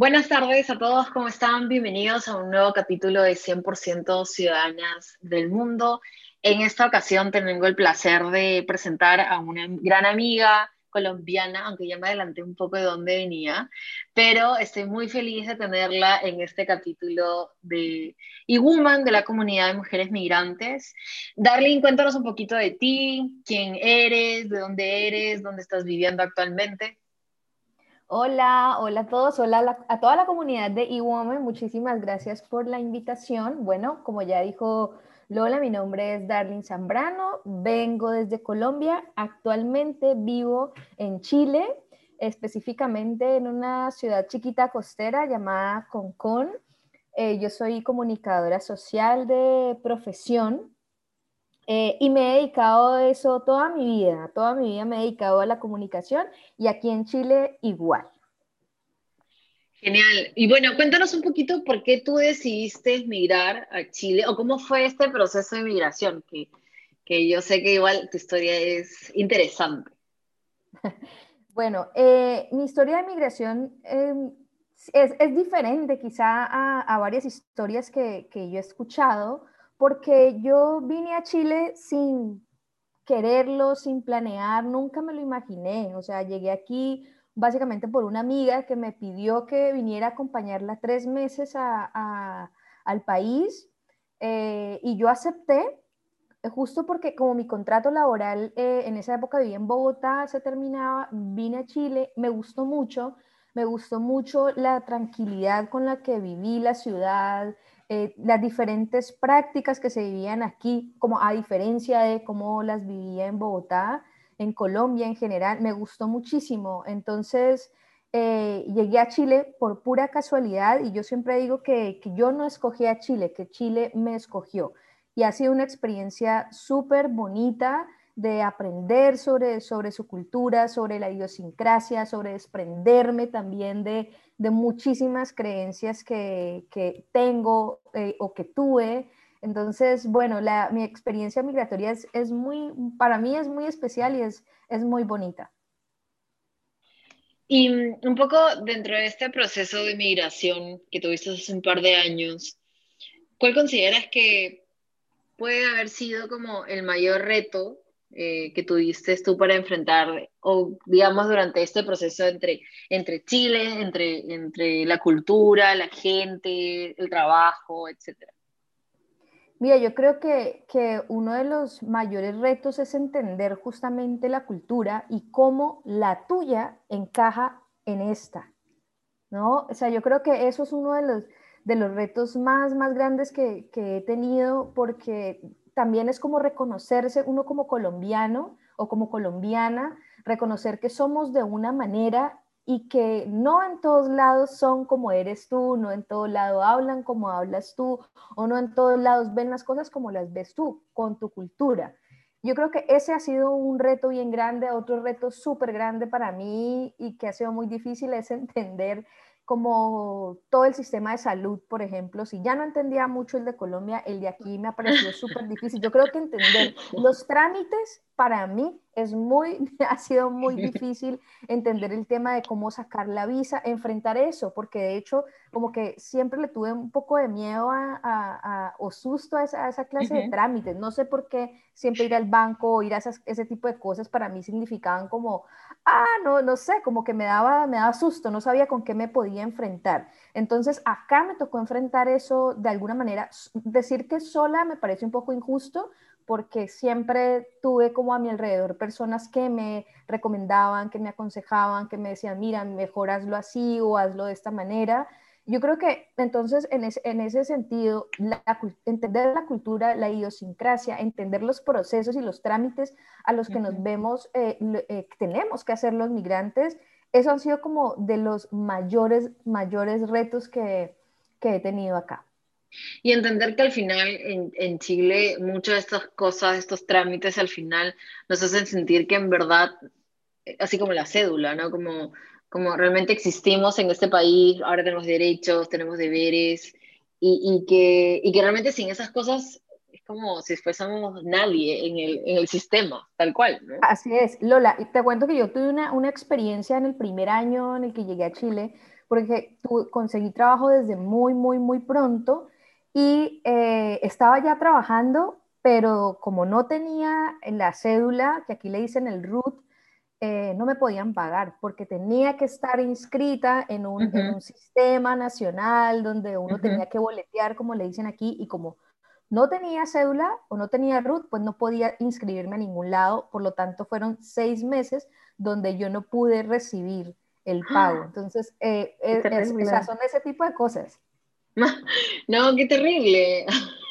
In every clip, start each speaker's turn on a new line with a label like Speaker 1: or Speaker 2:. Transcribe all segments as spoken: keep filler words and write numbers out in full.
Speaker 1: Buenas tardes a todos, ¿cómo están? Bienvenidos a un nuevo capítulo de cien por ciento Ciudadanas del Mundo. En esta ocasión tengo el placer de presentar a una gran amiga colombiana, aunque ya me adelanté un poco de dónde venía, pero estoy muy feliz de tenerla en este capítulo de eWoman, de la comunidad de mujeres migrantes. Darlene, cuéntanos un poquito de ti, quién eres, de dónde eres, dónde estás viviendo actualmente.
Speaker 2: Hola, hola a todos, hola a, la- a toda la comunidad de eWomen, muchísimas gracias por la invitación. Bueno, como ya dijo Lola, mi nombre es Darlene Zambrano, vengo desde Colombia, actualmente vivo en Chile, específicamente en una ciudad chiquita costera llamada Concón. Eh, yo soy comunicadora social de profesión. Eh, y me he dedicado a eso toda mi vida, toda mi vida me he dedicado a la comunicación y aquí en Chile igual.
Speaker 1: Genial. Y bueno, cuéntanos un poquito por qué tú decidiste emigrar a Chile o cómo fue este proceso de migración, que, que yo sé que igual tu historia es interesante.
Speaker 2: Bueno, eh, mi historia de migración eh, es, es, diferente quizá a, a varias historias que, que, yo he escuchado, porque yo vine a Chile sin quererlo, sin planear, nunca me lo imaginé. O sea, llegué aquí básicamente por una amiga que me pidió que viniera a acompañarla tres meses a, a, al país eh, y yo acepté justo porque como mi contrato laboral eh, en esa época vivía en Bogotá, se terminaba, vine a Chile, me gustó mucho, me gustó mucho la tranquilidad con la que viví la ciudad, eh, las diferentes prácticas que se vivían aquí, como a diferencia de cómo las vivía en Bogotá, en Colombia en general, me gustó muchísimo. Entonces, eh, llegué a Chile por pura casualidad y yo siempre digo que, que yo no escogí a Chile, que Chile me escogió y ha sido una experiencia súper bonita de aprender sobre, sobre su cultura, sobre la idiosincrasia, sobre desprenderme también de, de muchísimas creencias que, que tengo eh, o que tuve. Entonces, bueno, la, mi experiencia migratoria es, es, muy, para mí es muy especial y es, es muy bonita.
Speaker 1: Y mm, un poco dentro de este proceso de migración que tuviste hace un par de años, ¿cuál consideras que puede haber sido como el mayor reto eh, que tuviste tú para enfrentar, o digamos, durante este proceso entre, entre Chile, entre, entre la cultura, la gente, el trabajo, etcétera?
Speaker 2: Mira, yo creo que, que uno de los mayores retos es entender justamente la cultura y cómo la tuya encaja en esta, ¿no? O sea, yo creo que eso es uno de los, de los retos más, más grandes que, que he tenido porque también es como reconocerse uno como colombiano o como colombiana, reconocer que somos de una manera y que no en todos lados son como eres tú, no en todo lado hablan como hablas tú, o no en todos lados ven las cosas como las ves tú, con tu cultura. Yo creo que ese ha sido un reto bien grande, otro reto súper grande para mí y que ha sido muy difícil es entender como todo el sistema de salud, por ejemplo, si ya no entendía mucho el de Colombia, el de aquí me ha parecido súper difícil. Yo creo que entender los trámites para mí es muy, ha sido muy difícil entender el tema de cómo sacar la visa, enfrentar eso, porque de hecho como que siempre le tuve un poco de miedo a, a, a, o susto a esa, a esa, clase de
Speaker 1: Ujú.
Speaker 2: trámites. No sé por qué siempre ir al banco o ir a esas, ese tipo de cosas para mí significaban como, ah, no, no sé, como que me daba, me daba susto, no sabía con qué me podía enfrentar. Entonces acá me tocó enfrentar eso de alguna manera. Decir que sola me parece un poco injusto porque siempre tuve como a mi alrededor personas que me recomendaban, que me aconsejaban, que me decían, mira, mejor hazlo así o hazlo de esta manera. Yo creo que entonces en, es, en ese sentido, la, entender la cultura, la idiosincrasia, entender los procesos y los trámites a los que nos
Speaker 1: Ujú.
Speaker 2: vemos, eh, eh, tenemos que hacer los migrantes, eso han sido como de los mayores, mayores retos que, que he tenido acá.
Speaker 1: Y entender que al final en, en Chile muchas de estas cosas, estos trámites al final nos hacen sentir que en verdad, eh, así como la cédula, ¿no? Como, como realmente existimos en este país, ahora tenemos derechos, tenemos deberes, y, y que, y que realmente sin esas cosas es como si fuésemos nadie en el, en el sistema, tal cual, ¿no?
Speaker 2: Así es, Lola, y te cuento que yo tuve una, una experiencia en el primer año en el que llegué a Chile, porque tu- conseguí trabajo desde muy, muy, muy pronto y eh, estaba ya trabajando, pero como no tenía la cédula, que aquí le dicen el R U T, eh, no me podían pagar porque tenía que estar inscrita en un, en
Speaker 1: Ujú,
Speaker 2: un sistema nacional donde uno
Speaker 1: ujú.
Speaker 2: tenía que boletear, como le dicen aquí, y como no tenía cédula o no tenía R U T, pues no podía inscribirme a ningún lado, por lo tanto fueron seis meses donde yo no pude recibir el pago. Entonces, eh,
Speaker 1: Qué
Speaker 2: es, es, o sea,
Speaker 1: terrible.
Speaker 2: son ese tipo de cosas.
Speaker 1: No, qué terrible.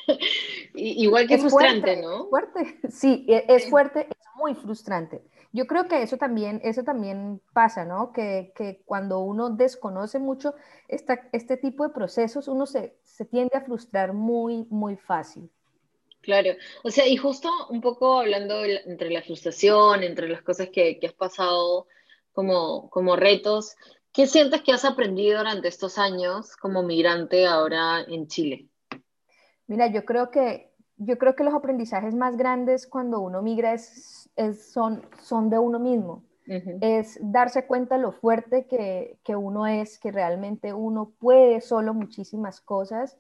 Speaker 1: I- Igual que
Speaker 2: Es fuerte,
Speaker 1: frustrante,
Speaker 2: es
Speaker 1: ¿no?
Speaker 2: fuerte, sí, e- es
Speaker 1: Sí.
Speaker 2: fuerte, es muy frustrante. Yo creo que eso también, eso también pasa, ¿no? Que, que cuando uno desconoce mucho esta, este tipo de procesos, uno se, se tiende a frustrar muy, muy fácil.
Speaker 1: Claro, o sea, y justo un poco hablando de la- entre la frustración, entre las cosas que, que has pasado como, como retos, ¿qué sientes que has aprendido durante estos años como migrante ahora en Chile?
Speaker 2: Mira, yo creo que, yo creo que los aprendizajes más grandes cuando uno migra es, es- son, son de uno mismo.
Speaker 1: Ujú,
Speaker 2: Es darse cuenta lo fuerte que, que uno es, que realmente uno puede solo muchísimas cosas,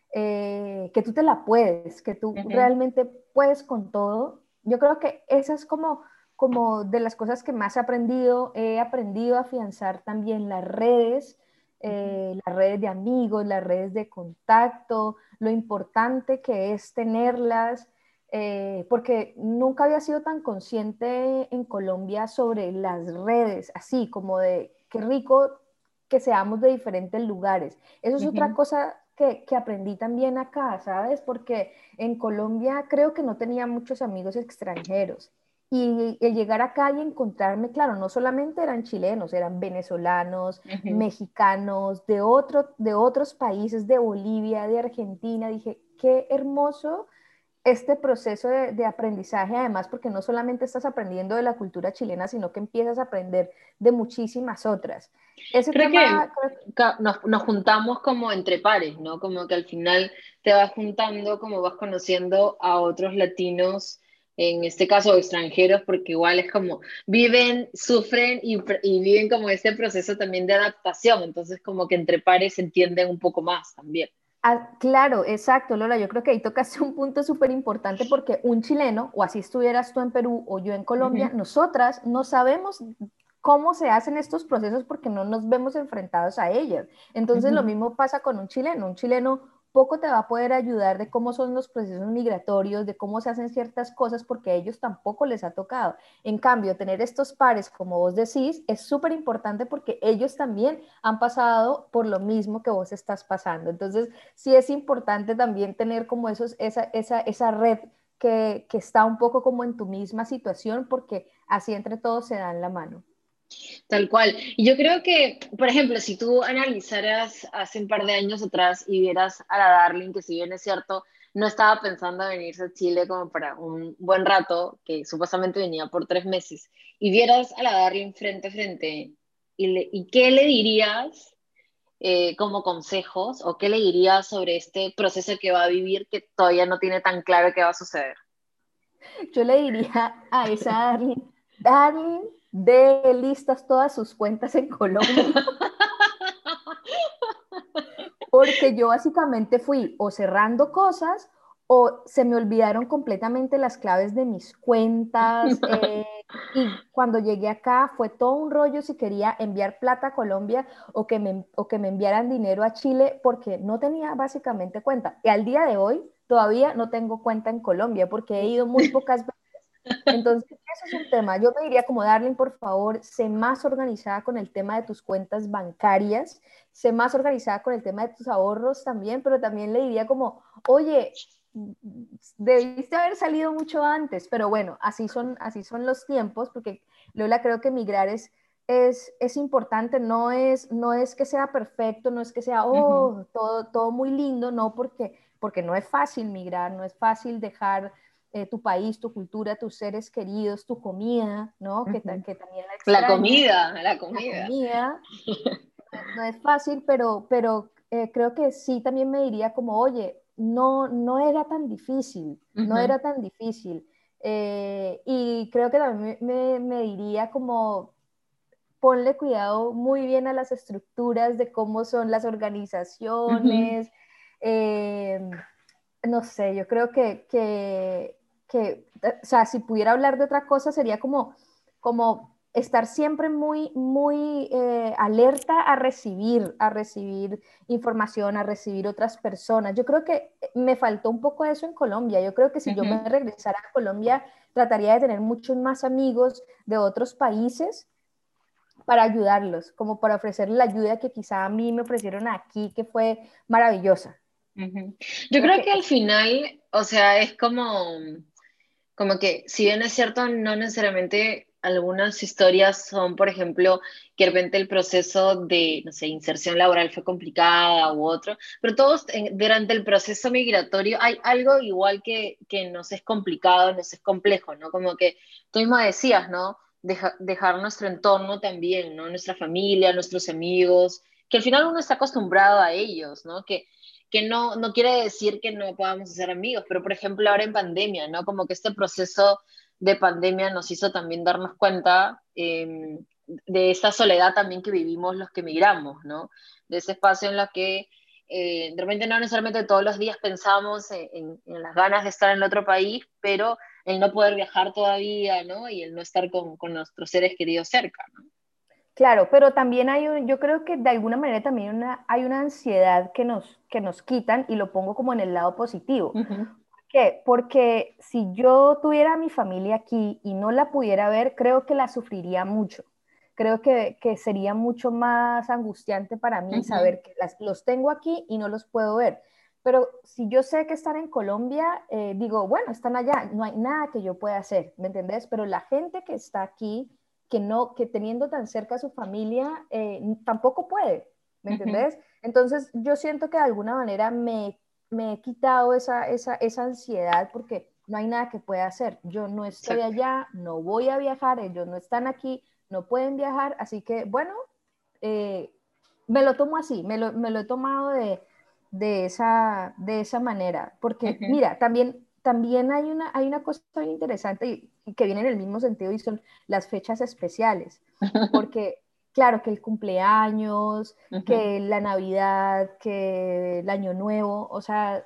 Speaker 2: eh, que tú te la puedes, que tú
Speaker 1: ujú,
Speaker 2: realmente puedes con todo. Yo creo que esa es como, como de las cosas que más he aprendido. He aprendido a afianzar también las redes,
Speaker 1: ujú,
Speaker 2: eh, las redes de amigos, las redes de contacto, lo importante que es tenerlas, eh, porque nunca había sido tan consciente en Colombia sobre las redes, así como de qué rico que seamos de diferentes lugares. Eso es otra
Speaker 1: ujú.
Speaker 2: cosa que, que aprendí también acá, ¿sabes? Porque en Colombia creo que no tenía muchos amigos extranjeros. Y el llegar acá y encontrarme, claro, no solamente eran chilenos, eran venezolanos,
Speaker 1: Ujú.
Speaker 2: mexicanos, de, otro, de otros países, de Bolivia, de Argentina. Dije, qué hermoso este proceso de, de, aprendizaje, además, porque no solamente estás aprendiendo de la cultura chilena, sino que empiezas a aprender de muchísimas otras. Ese
Speaker 1: Creo que
Speaker 2: tema, creo,
Speaker 1: ca- nos, nos juntamos como entre pares, ¿no? Como que al final te vas juntando, como vas conociendo a otros latinos, en este caso extranjeros, porque igual es como viven, sufren y, pr- y viven como este proceso también de adaptación, entonces como que entre pares se entienden un poco más también.
Speaker 2: ah, claro, exacto, Lola, yo creo que ahí tocaste un punto súper importante porque un chileno, o así estuvieras tú en Perú o yo en Colombia,
Speaker 1: Ujú,
Speaker 2: nosotras no sabemos cómo se hacen estos procesos porque no nos vemos enfrentados a ellos. Entonces lo
Speaker 1: ujú.
Speaker 2: mismo pasa con un chileno. Un chileno poco te va a poder ayudar de cómo son los procesos migratorios, de cómo se hacen ciertas cosas porque a ellos tampoco les ha tocado. En cambio, tener estos pares, como vos decís, es súper importante porque ellos también han pasado por lo mismo que vos estás pasando. Entonces, sí es importante también tener como esos, esa, esa, esa red que, que está un poco como en tu misma situación porque así entre todos se dan la mano.
Speaker 1: Tal cual. Y yo creo que, por ejemplo, si tú analizaras hace un par de años atrás y vieras a la Darling, que si bien es cierto, no estaba pensando en venirse a Chile como para un buen rato, que supuestamente venía por tres meses, y vieras a la Darling frente a frente, ¿y, le- y qué le dirías eh, como consejos o qué le dirías sobre este proceso que va a vivir que todavía no tiene tan claro qué va a suceder?
Speaker 2: Yo le diría a esa Darling, Darling, de listas todas sus cuentas en Colombia, porque yo básicamente fui o cerrando cosas o se me olvidaron completamente las claves de mis cuentas. Eh, y cuando llegué acá fue todo un rollo si quería enviar plata a Colombia o que, me, o que me enviaran dinero a Chile porque no tenía básicamente cuenta. Y al día de hoy todavía no tengo cuenta en Colombia porque he ido muy pocas veces. Entonces, eso es un tema. Yo me diría como, Darling, por favor, sé más organizada con el tema de tus cuentas bancarias, sé más organizada con el tema de tus ahorros también, pero también le diría como, oye, debiste haber salido mucho antes, pero bueno, así son, así son los tiempos, porque Lola, creo que migrar es, es, es importante, no es, no es que sea perfecto, no es que sea,
Speaker 1: Ujú,
Speaker 2: oh, todo, todo muy lindo, no, porque, porque no es fácil migrar, no es fácil dejar eh, tu país, tu cultura, tus seres queridos, tu comida, ¿no? Que,
Speaker 1: ujú.
Speaker 2: que también la
Speaker 1: La
Speaker 2: extraña,
Speaker 1: comida, la
Speaker 2: la
Speaker 1: comida.
Speaker 2: comida, no es fácil, pero, pero eh, creo que sí también me diría como, oye, no, no era tan difícil, no
Speaker 1: Ujú,
Speaker 2: era tan difícil. Eh, y creo que también me, me diría como, ponle cuidado muy bien a las estructuras de cómo son las
Speaker 1: ujú.
Speaker 2: organizaciones. eh, no sé, yo creo que, que, que, o sea, si pudiera hablar de otra cosa sería como, como estar siempre muy, muy eh, alerta a recibir, a recibir información, a recibir otras personas. Yo creo que me faltó un poco eso en Colombia. Yo creo que si yo me
Speaker 1: Ujú.
Speaker 2: regresara a Colombia, trataría de tener muchos más amigos de otros países para ayudarlos, como para ofrecerles la ayuda que quizá a mí me ofrecieron aquí, que fue maravillosa.
Speaker 1: Ujú. Yo
Speaker 2: Creo
Speaker 1: creo
Speaker 2: que
Speaker 1: que al
Speaker 2: es,
Speaker 1: final, o sea, es como, como que, si bien es cierto, no necesariamente algunas historias son, por ejemplo, que de repente el proceso de, no sé, inserción laboral fue complicada u otro, pero todos en- durante el proceso migratorio hay algo igual que, que nos es complicado, nos es complejo, ¿no? Como que tú mismo decías, ¿no? Deja- dejar nuestro entorno también, ¿no? Nuestra familia, nuestros amigos, que al final uno está acostumbrado a ellos, ¿no? Que que no, no quiere decir que no podamos ser amigos, pero por ejemplo ahora en pandemia, ¿no? Como que este proceso de pandemia nos hizo también darnos cuenta eh, de esta soledad también que vivimos los que migramos, ¿no? De ese espacio en lo que eh, de repente no necesariamente todos los días pensamos en, en, en, las ganas de estar en otro país, pero el no poder viajar todavía, ¿no? Y el no estar con, con nuestros seres queridos cerca, ¿no?
Speaker 2: claro, pero también hay un, yo creo que de alguna manera también una, hay una ansiedad que nos, que nos quitan y lo pongo como en el lado positivo.
Speaker 1: Uh -huh,
Speaker 2: ¿Por qué? Porque si yo tuviera a mi familia aquí y no la pudiera ver, creo que la sufriría mucho. Creo que, que sería mucho más angustiante para
Speaker 1: uh
Speaker 2: mí
Speaker 1: -huh.
Speaker 2: saber que las, los tengo aquí y no los puedo ver. Pero si yo sé que están en Colombia, eh, digo, bueno, están allá, no hay nada que yo pueda hacer, ¿me entendés? Pero la gente que está aquí, que no, que teniendo tan cerca a su familia, eh, tampoco puede, ¿me
Speaker 1: Uh -huh.
Speaker 2: entendés? Entonces yo siento que de alguna manera me, me he quitado esa, esa, esa ansiedad porque no hay nada que pueda hacer. Yo no estoy
Speaker 1: Exacto.
Speaker 2: allá, no voy a viajar, ellos no están aquí, no pueden viajar, así que bueno, eh, me lo tomo así, me lo, me lo he tomado de, de, esa, de esa manera,
Speaker 1: Uh
Speaker 2: porque
Speaker 1: -huh.
Speaker 2: mira, también, también hay, una, hay una cosa muy interesante y, y que viene en el mismo sentido y son las fechas especiales, porque claro que el cumpleaños,
Speaker 1: Uh -huh.
Speaker 2: que la Navidad, que el Año Nuevo, o sea,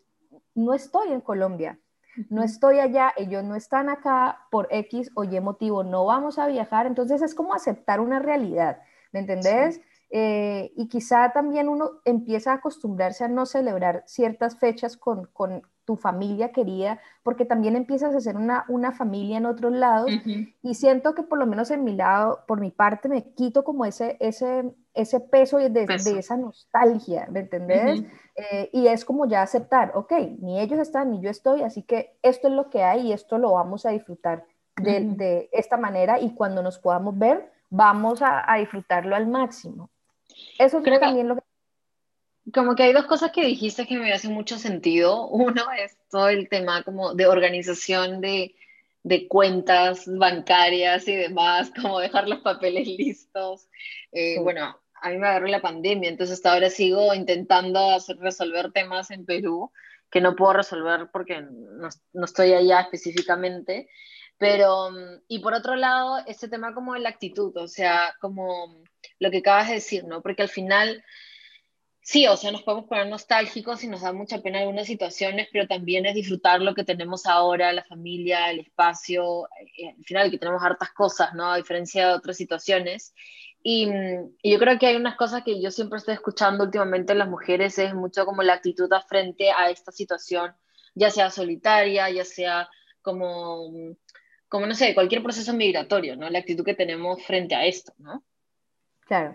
Speaker 2: no estoy en Colombia,
Speaker 1: Uh
Speaker 2: no
Speaker 1: -huh.
Speaker 2: estoy allá, ellos no están acá por X o Y motivo, no vamos a viajar, entonces es como aceptar una realidad, ¿me
Speaker 1: Sí.
Speaker 2: entendés? Eh, y quizá también uno empieza a acostumbrarse a no celebrar ciertas fechas con, con tu familia querida, porque también empiezas a hacer una, una familia en otros lados,
Speaker 1: Ujú.
Speaker 2: y siento que por lo menos en mi lado, por mi parte, me quito como ese, ese, ese peso de, de
Speaker 1: Peso.
Speaker 2: esa nostalgia, ¿me entendés?
Speaker 1: Ujú,
Speaker 2: Eh, y es como ya aceptar, ok, ni ellos están ni yo estoy, así que esto es lo que hay y esto lo vamos a disfrutar de,
Speaker 1: ujú.
Speaker 2: de esta manera y cuando nos podamos ver, vamos a, a disfrutarlo al máximo. Eso es
Speaker 1: Creo que
Speaker 2: también lo que...
Speaker 1: como que hay dos cosas que dijiste que me hacen mucho sentido. Uno es todo el tema como de organización de, de cuentas bancarias y demás, como dejar los papeles listos. Eh,
Speaker 2: Sí.
Speaker 1: bueno, a mí me agarró la pandemia, entonces hasta ahora sigo intentando hacer, resolver temas en Perú que no puedo resolver porque no, no estoy allá específicamente. Pero, mm, y por otro lado, ese tema como de la actitud, o sea, como lo que acabas de decir, ¿no? Porque al final sí, o sea, nos podemos poner nostálgicos y nos da mucha pena algunas situaciones, pero también es disfrutar lo que tenemos ahora, la familia, el espacio, eh, al final que tenemos hartas cosas, ¿no? A diferencia de otras situaciones. Y, mm, y yo creo que hay unas cosas que yo siempre estoy escuchando últimamente en las mujeres, es mucho como la actitud a frente a esta situación, ya sea solitaria, ya sea como, mm, como no sé, cualquier proceso migratorio, ¿no? La actitud que tenemos frente a esto, ¿no?
Speaker 2: Claro.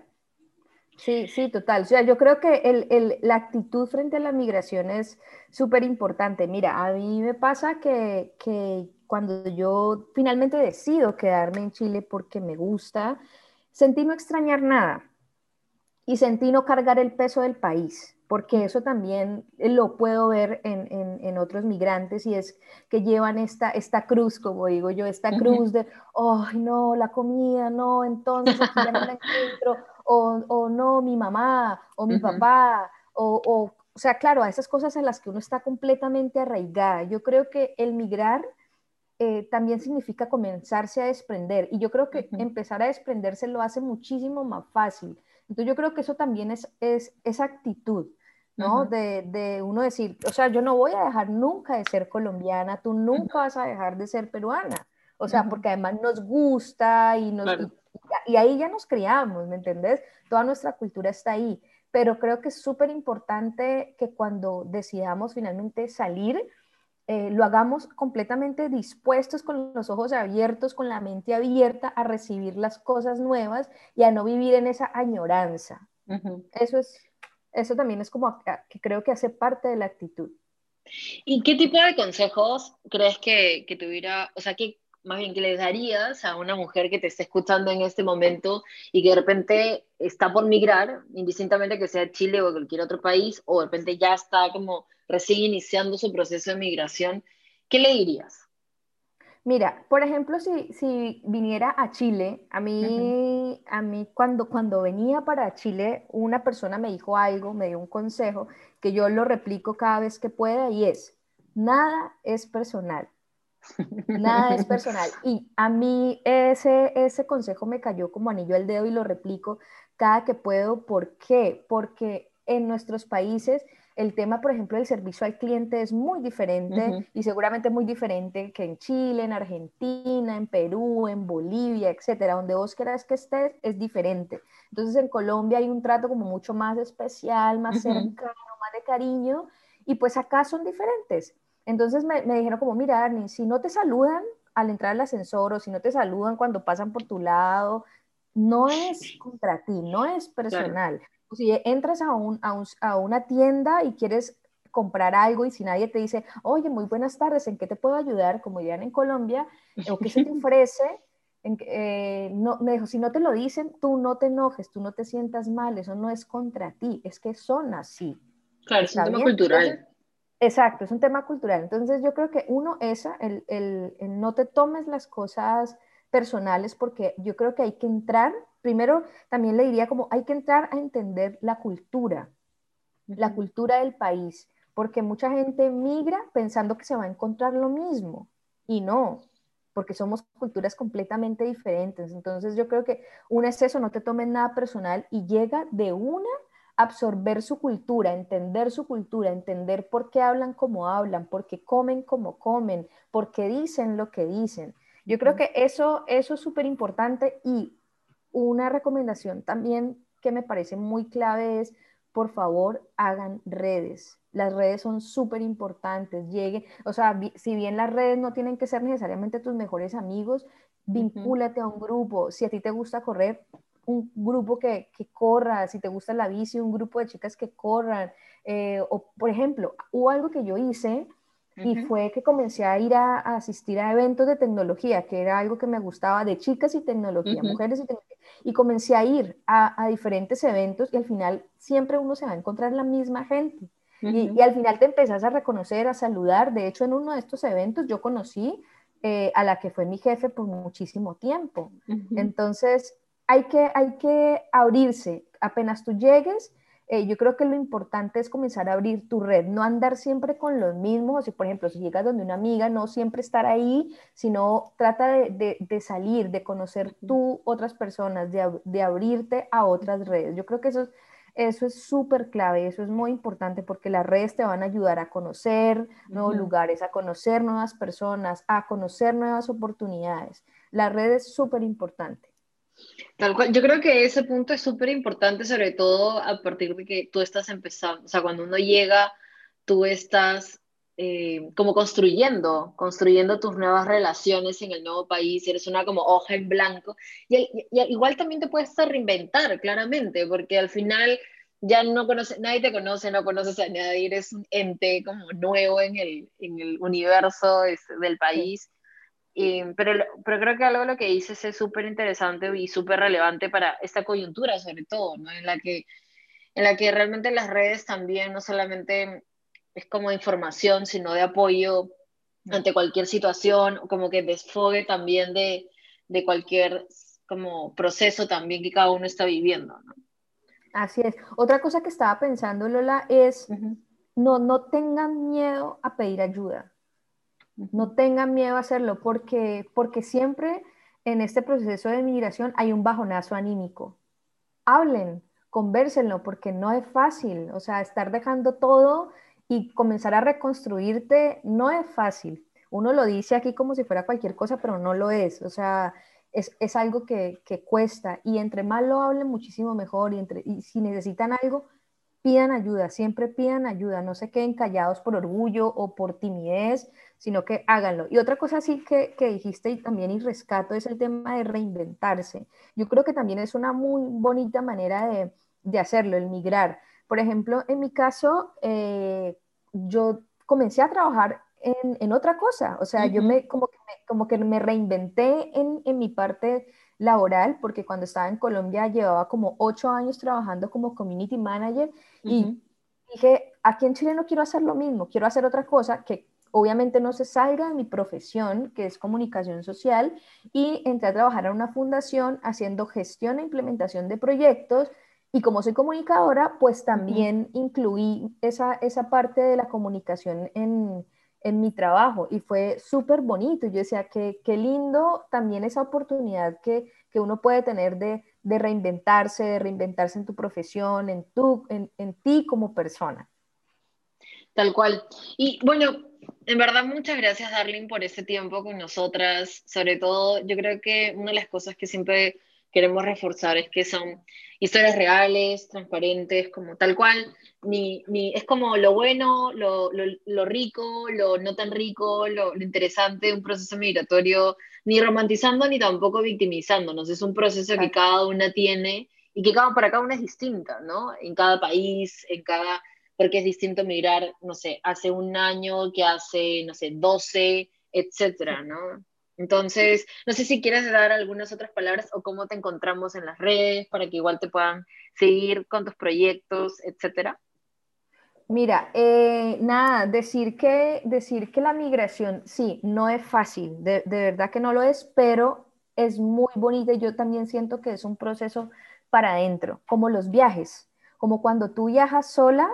Speaker 2: Sí, sí, total. O sea, yo creo que el, el- la actitud frente a la migración es súper importante. Mira, a mí me pasa que, que cuando yo finalmente decido quedarme en Chile porque me gusta, sentí no extrañar nada y sentí no cargar el peso del país, porque eso también lo puedo ver en, en, en otros migrantes y es que llevan esta, esta cruz, como digo yo, esta
Speaker 1: Ujú.
Speaker 2: cruz de, ay, no, la comida, no, entonces aquí ya no la encuentro, o, o no, mi mamá, o mi
Speaker 1: Ujú.
Speaker 2: papá, o, o o sea, claro, a esas cosas a las que uno está completamente arraigada. Yo creo que el migrar eh, también significa comenzarse a desprender. Y yo creo que
Speaker 1: Ujú,
Speaker 2: empezar a desprenderse lo hace muchísimo más fácil. Entonces yo creo que eso también es, es esa actitud, ¿no?
Speaker 1: ujú,
Speaker 2: De, de uno decir, o sea, yo no voy a dejar nunca de ser colombiana, tú
Speaker 1: ujú,
Speaker 2: nunca vas a dejar de ser peruana. O sea,
Speaker 1: ujú,
Speaker 2: porque además nos gusta y, nos,
Speaker 1: claro.
Speaker 2: y, y ahí ya nos criamos, ¿me entendés? Toda nuestra cultura está ahí. Pero creo que es súper importante que cuando decidamos finalmente salir, eh, lo hagamos completamente dispuestos, con los ojos abiertos, con la mente abierta a recibir las cosas nuevas y a no vivir en esa añoranza.
Speaker 1: Ujú.
Speaker 2: Eso es, eso también es como a- que creo que hace parte de la actitud.
Speaker 1: ¿Y qué tipo de consejos crees que, que tuviera, o sea, que más bien que le darías a una mujer que te está escuchando en este momento y que de repente está por migrar, indistintamente que sea Chile o cualquier otro país, o de repente ya está como recién iniciando su proceso de migración? ¿Qué le dirías?
Speaker 2: Mira, por ejemplo, si, si viniera a Chile, a
Speaker 1: Ujú,
Speaker 2: mí, a mí cuando, cuando venía para Chile, una persona me dijo algo, me dio un consejo que yo lo replico cada vez que pueda y es, nada es personal. Nada es personal. Y a mí ese, ese consejo me cayó como anillo al dedo y lo replico cada que puedo. ¿Por qué? Porque en nuestros países el tema, por ejemplo, del servicio al cliente es muy diferente
Speaker 1: ujú,
Speaker 2: y seguramente muy diferente que en Chile, en Argentina, en Perú, en Bolivia, etcétera. Donde vos querás que estés es diferente. Entonces en Colombia hay un trato como mucho más especial, más
Speaker 1: ujú,
Speaker 2: cercano, más de cariño y pues acá son diferentes. Entonces me, me dijeron como, mira, Arnie, si no te saludan al entrar al ascensor o si no te saludan cuando pasan por tu lado, no es contra ti, no es
Speaker 1: claro.
Speaker 2: personal. O si entras a, un, a, un, a una tienda y quieres comprar algo y si nadie te dice, oye, muy buenas tardes, ¿en qué te puedo ayudar? Como dirían en Colombia, o qué se te ofrece, en, eh, no, me dijo, si no te lo dicen, tú no te enojes, tú no te sientas mal, eso no es contra ti, es que son así,
Speaker 1: Claro, es un
Speaker 2: ¿está
Speaker 1: tema
Speaker 2: bien? Entonces,
Speaker 1: cultural.
Speaker 2: exacto, es un tema cultural. Entonces yo creo que uno, esa, el, el, el no te tomes las cosas personales porque yo creo que hay que entrar, primero también le diría como hay que entrar a entender la cultura, la
Speaker 1: Ujú,
Speaker 2: cultura del país, porque mucha gente migra pensando que se va a encontrar lo mismo y no, porque somos culturas completamente diferentes. Entonces yo creo que un es eso, no te tomes nada personal y llega de una absorber su cultura, entender su cultura, entender por qué hablan como hablan, por qué comen como comen, por qué dicen lo que dicen. Yo creo
Speaker 1: ujú.
Speaker 2: que eso, eso es súper importante y una recomendación también que me parece muy clave es, por favor, hagan redes. Las redes son súper importantes. Llegue, o sea, vi- si bien las redes no tienen que ser necesariamente tus mejores amigos,
Speaker 1: Ujú,
Speaker 2: vincúlate a un grupo. Si a ti te gusta correr, un grupo que, que corra. Si te gusta la bici, un grupo de chicas que corran. Eh, o, por ejemplo, hubo algo que yo hice y
Speaker 1: ujú,
Speaker 2: fue que comencé a ir a, a asistir a eventos de tecnología, que era algo que me gustaba de chicas y tecnología,
Speaker 1: ujú,
Speaker 2: mujeres y tecnología. Y comencé a ir a, a diferentes eventos y al final siempre uno se va a encontrar la misma gente. Y, y
Speaker 1: ujú,
Speaker 2: al final te empezás a reconocer, a saludar. De hecho, en uno de estos eventos yo conocí eh, a la que fue mi jefe por muchísimo tiempo.
Speaker 1: ujú.
Speaker 2: Entonces, hay que, hay que abrirse. Apenas tú llegues, eh, yo creo que lo importante es comenzar a abrir tu red, no andar siempre con los mismos. O si, por ejemplo, si llegas donde una amiga, no siempre estar ahí, sino trata de, de, de salir, de conocer
Speaker 1: Ujú,
Speaker 2: tú otras personas, de, ab- de abrirte a otras
Speaker 1: ujú,
Speaker 2: redes. Yo creo que eso es eso es súper clave, eso es muy importante porque las redes te van a ayudar a conocer nuevos
Speaker 1: ujú.
Speaker 2: lugares, a conocer nuevas personas, a conocer nuevas oportunidades. La red es súper importante.
Speaker 1: Tal cual, yo creo que ese punto es súper importante, sobre todo a partir de que tú estás empezando, o sea, cuando uno llega, tú estás eh, como construyendo, construyendo tus nuevas relaciones en el nuevo país, eres una como hoja en blanco, y, y- y igual también te puedes reinventar, claramente, porque al final ya no conoce, nadie te conoce, no conoces a nadie, eres un ente como nuevo en el, en el universo es- del
Speaker 2: Sí.
Speaker 1: país. Eh, pero, lo- pero creo que algo de lo que dices es súper interesante y súper relevante para esta coyuntura, sobre todo, ¿no? En la que, en la que realmente las redes también no solamente es como información, sino de apoyo ante cualquier situación, o como que desfogue también de, de cualquier como proceso también que cada uno está viviendo, ¿no?
Speaker 2: Así es. Otra cosa que estaba pensando, Lola, es
Speaker 1: Ujú,
Speaker 2: no, no tengan miedo a pedir ayuda, no tengan miedo a hacerlo, porque, porque siempre en este proceso de migración hay un bajonazo anímico. Hablen, convérsenlo, porque no es fácil, o sea, estar dejando todo y comenzar a reconstruirte no es fácil. Uno lo dice aquí como si fuera cualquier cosa, pero no lo es, o sea, es, es algo que, que cuesta y entre más lo hablen, muchísimo mejor y, entre, y si necesitan algo, pidan ayuda, siempre pidan ayuda, no se queden callados por orgullo o por timidez, sino que háganlo. Y otra cosa sí que, que dijiste y también y rescato es el tema de reinventarse. Yo creo que también es una muy bonita manera de, de hacerlo, el migrar. Por ejemplo, en mi caso, eh, yo comencé a trabajar en, en, otra cosa, o sea, yo
Speaker 1: Ujú,
Speaker 2: me como que me, como que me reinventé en, en mi parte laboral, porque cuando estaba en Colombia llevaba como ocho años trabajando como community manager y
Speaker 1: ujú.
Speaker 2: dije, aquí en Chile no quiero hacer lo mismo, quiero hacer otra cosa que obviamente no se salga de mi profesión, que es comunicación social, y entré a trabajar en una fundación haciendo gestión e implementación de proyectos. Y como soy comunicadora, pues
Speaker 1: Ujú.
Speaker 2: también incluí esa, esa parte de la comunicación en, en mi trabajo y fue súper bonito. Yo decía que qué lindo también esa oportunidad que, que uno puede tener de, de reinventarse, de reinventarse en tu profesión, en, tu, en, en ti como persona.
Speaker 1: Tal cual. Y bueno, en verdad muchas gracias, Darling, por este tiempo con nosotras. Sobre todo, yo creo que una de las cosas que siempre queremos reforzar es que son historias reales, transparentes, como tal cual. Ni, ni, es como lo bueno, lo, lo, lo rico, lo no tan rico, lo, lo interesante de un proceso migratorio, ni romantizando ni tampoco victimizándonos. Es un proceso que
Speaker 2: Exacto.
Speaker 1: cada una tiene y que cada, para cada una es distinta, ¿no? En cada país, en cada porque es distinto migrar, no sé, hace un año que hace, no sé, doce, etcétera, ¿no? Entonces, no sé si quieres dar algunas otras palabras o cómo te encontramos en las redes para que igual te puedan seguir con tus proyectos, etcétera.
Speaker 2: Mira, eh, nada, decir que, decir que la migración, sí, no es fácil, de, de verdad que no lo es, pero es muy bonita y yo también siento que es un proceso para adentro, como los viajes, como cuando tú viajas sola,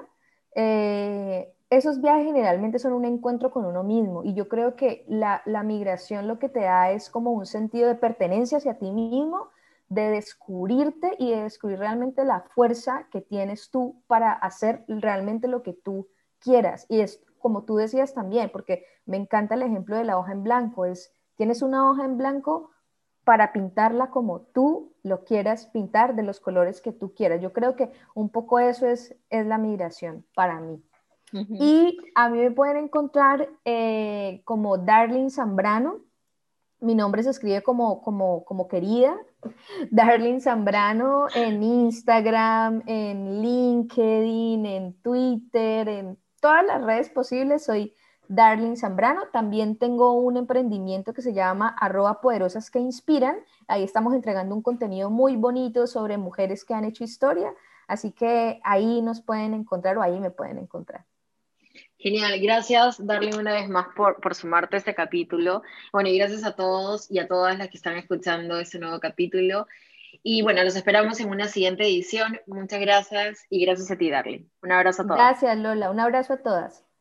Speaker 2: eh, esos viajes generalmente son un encuentro con uno mismo y yo creo que la, la migración lo que te da es como un sentido de pertenencia hacia ti mismo, de descubrirte y de descubrir realmente la fuerza que tienes tú para hacer realmente lo que tú quieras. Y es como tú decías también, porque me encanta el ejemplo de la hoja en blanco, es, tienes una hoja en blanco para pintarla como tú lo quieras pintar, de los colores que tú quieras. Yo creo que un poco eso es, es la migración para mí.
Speaker 1: Ujú.
Speaker 2: Y a mí me pueden encontrar eh, como Darling Zambrano. Mi nombre se escribe como, como, como querida, Darling Zambrano en Instagram, en LinkedIn, en Twitter, en todas las redes posibles. Soy Darling Zambrano. También tengo un emprendimiento que se llama arroba poderosas que inspiran. Ahí estamos entregando un contenido muy bonito sobre mujeres que han hecho historia. Así que ahí nos pueden encontrar o ahí me pueden encontrar.
Speaker 1: Genial, gracias, Darling, una vez más por, por sumarte a este capítulo. Bueno, y gracias a todos y a todas las que están escuchando este nuevo capítulo. Y bueno, los esperamos en una siguiente edición. Muchas gracias y gracias a ti, Darling. Un abrazo a todas.
Speaker 2: Gracias, Lola. Un abrazo a todas.